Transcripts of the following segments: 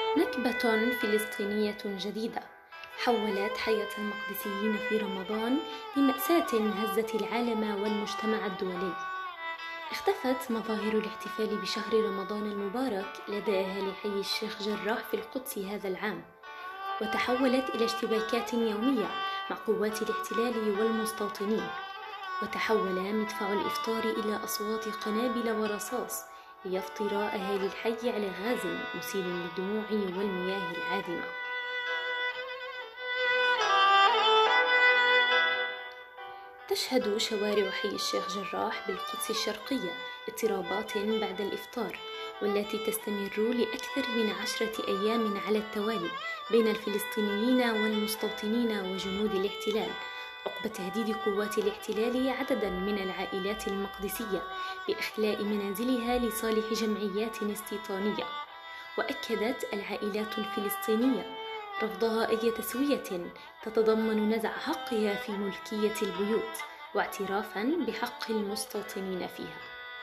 نكبة فلسطينية جديدة حولت حياة المقدسيين في رمضان لمأساة هزت العالم والمجتمع الدولي. اختفت مظاهر الاحتفال بشهر رمضان المبارك لدى أهالي حي الشيخ جراح في القدس هذا العام، وتحولت إلى اشتباكات يومية مع قوات الاحتلال والمستوطنين، وتحول مدفع الإفطار إلى أصوات قنابل ورصاص ليفطر أهالي الحي على غاز مسيل للدموع والمياه العاذمة. تشهد شوارع حي الشيخ جراح بالقدس الشرقية اضطرابات بعد الإفطار، والتي تستمر لأكثر من 10 أيام على التوالي بين الفلسطينيين والمستوطنين وجنود الاحتلال، عقب تهديد قوات الاحتلال عددا من العائلات المقدسية بإخلاء منازلها لصالح جمعيات استيطانية. وأكدت العائلات الفلسطينية رفضها أي تسوية تتضمن نزع حقها في ملكية البيوت واعترافا بحق المستوطنين فيها.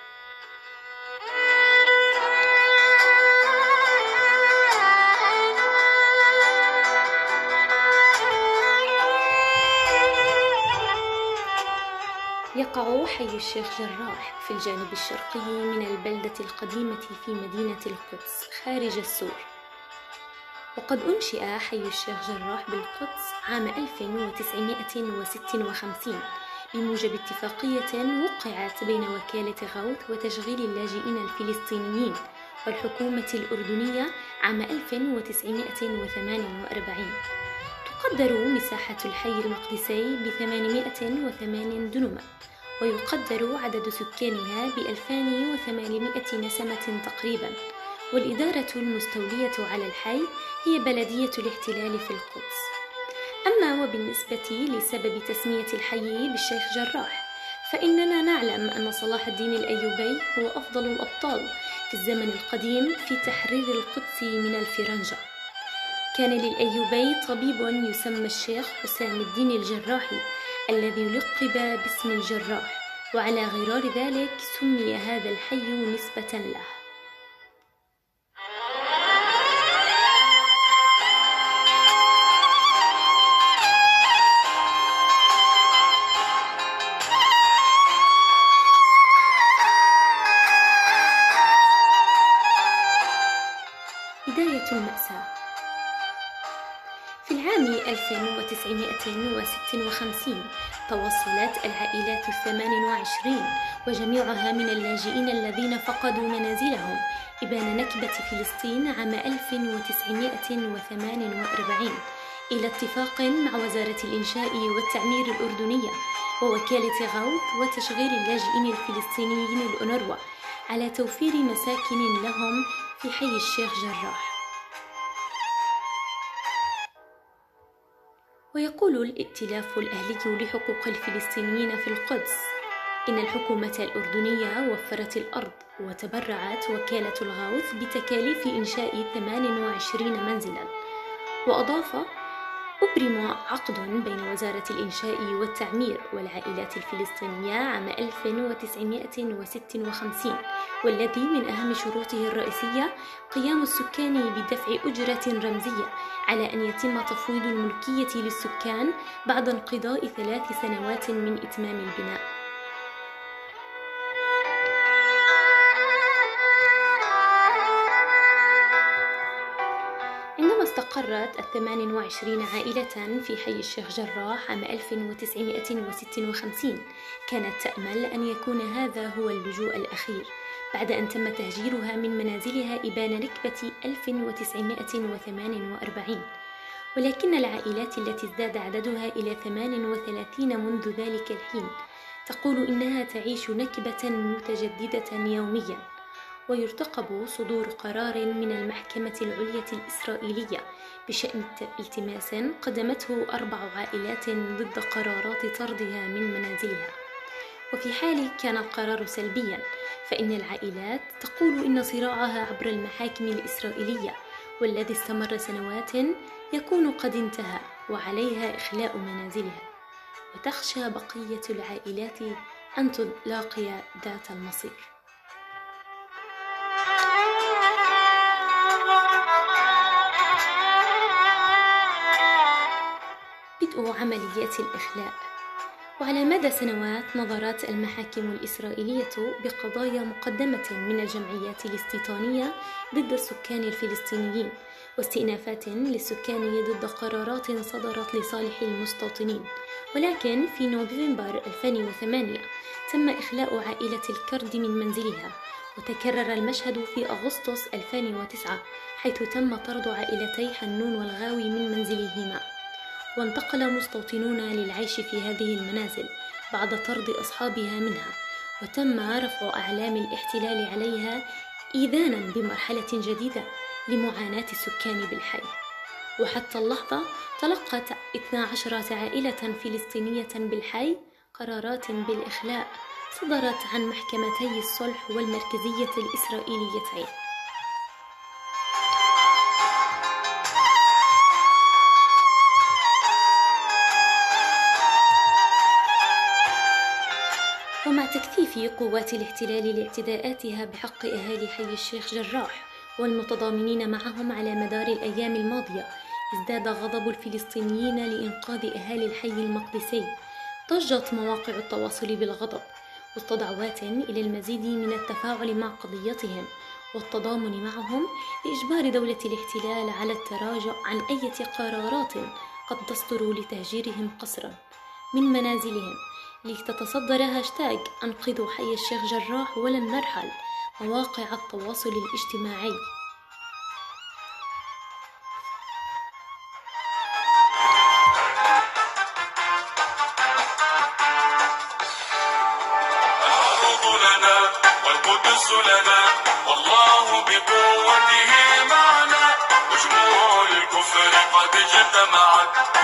يقع حي الشيخ جراح في الجانب الشرقي من البلدة القديمة في مدينة القدس خارج السور، وقد أنشئ حي الشيخ جراح بالقدس عام 1956 بموجب اتفاقية وقعت بين وكالة غوث وتشغيل اللاجئين الفلسطينيين والحكومة الأردنية عام 1948. تقدر مساحة الحي المقدسي ب 808 دنما، ويقدر عدد سكانها ب 2800 نسمة تقريبا، والإدارة المستولية على الحي هي بلدية الاحتلال في القدس. أما وبالنسبة لسبب تسمية الحي بالشيخ جراح، فإننا نعلم أن صلاح الدين الأيوبي هو أفضل الأبطال في الزمن القديم في تحرير القدس من الفرنجة. كان للأيوبي طبيب يسمى الشيخ حسام الدين الجراحي الذي لقب باسم الجراح، وعلى غرار ذلك سمي هذا الحي نسبة له. بداية المأساة. في العام 1956 توصلت العائلات 28 وجميعها من اللاجئين الذين فقدوا منازلهم إبان نكبة فلسطين عام 1948 إلى اتفاق مع وزارة الإنشاء والتعمير الأردنية ووكالة غوث وتشغيل اللاجئين الفلسطينيين الأونروا على توفير مساكن لهم في حي الشيخ جراح. ويقول الائتلاف الأهلي لحقوق الفلسطينيين في القدس إن الحكومة الأردنية وفرت الأرض، وتبرعت وكالة الغوث بتكاليف إنشاء 28 منزلا. وأضاف: أبرم عقد بين وزارة الإنشاء والتعمير والعائلات الفلسطينية عام 1956، والذي من أهم شروطه الرئيسية قيام السكان بدفع أجرة رمزية على أن يتم تفويض الملكية للسكان بعد انقضاء 3 سنوات من إتمام البناء. عندما استقرت 28 عائلة في حي الشيخ جراح عام 1956 كانت تأمل أن يكون هذا هو اللجوء الأخير، بعد أن تم تهجيرها من منازلها إبان نكبة 1948. ولكن العائلات التي ازداد عددها إلى 38 منذ ذلك الحين تقول إنها تعيش نكبة متجددة يوميا. ويرتقب صدور قرار من المحكمة العليا الإسرائيلية بشأن التماس قدمته 4 عائلات ضد قرارات طردها من منازلها. وفي حال كان القرار سلبيا، فإن العائلات تقول إن صراعها عبر المحاكم الإسرائيلية والذي استمر سنوات يكون قد انتهى وعليها إخلاء منازلها، وتخشى بقية العائلات أن تلاقي ذات المصير. بدء عمليات الإخلاء. وعلى مدى سنوات نظرت المحاكم الإسرائيلية بقضايا مقدمة من الجمعيات الاستيطانية ضد السكان الفلسطينيين، واستئنافات للسكان ضد قرارات صدرت لصالح المستوطنين. ولكن في نوفمبر 2008 تم إخلاء عائلة الكرد من منزلها، وتكرر المشهد في أغسطس 2009 حيث تم طرد عائلتي حنون والغاوي من منزلهما، وانتقل مستوطنون للعيش في هذه المنازل بعد طرد أصحابها منها، وتم رفع أعلام الاحتلال عليها إذانا بمرحلة جديدة لمعاناة السكان بالحي. وحتى اللحظة تلقت 12 عائلة فلسطينية بالحي قرارات بالإخلاء صدرت عن محكمتي الصلح والمركزية الإسرائيليتين. ومع تكثيف قوات الاحتلال لاعتداءاتها بحق أهالي حي الشيخ جراح والمتضامنين معهم على مدار الأيام الماضية، ازداد غضب الفلسطينيين لإنقاذ أهالي الحي المقدسي. ضجت مواقع التواصل بالغضب وسط دعوات إلى المزيد من التفاعل مع قضيتهم والتضامن معهم، لإجبار دولة الاحتلال على التراجع عن أي قرارات قد تصدر لتهجيرهم قسرا من منازلهم. لتتصدر هاشتاج أنقذوا حي الشيخ جراح ولن نرحل مواقع التواصل الاجتماعي. الأرض لنا والقدس لنا والله بقوته معنا، وجموع الكفر قد اجتمعت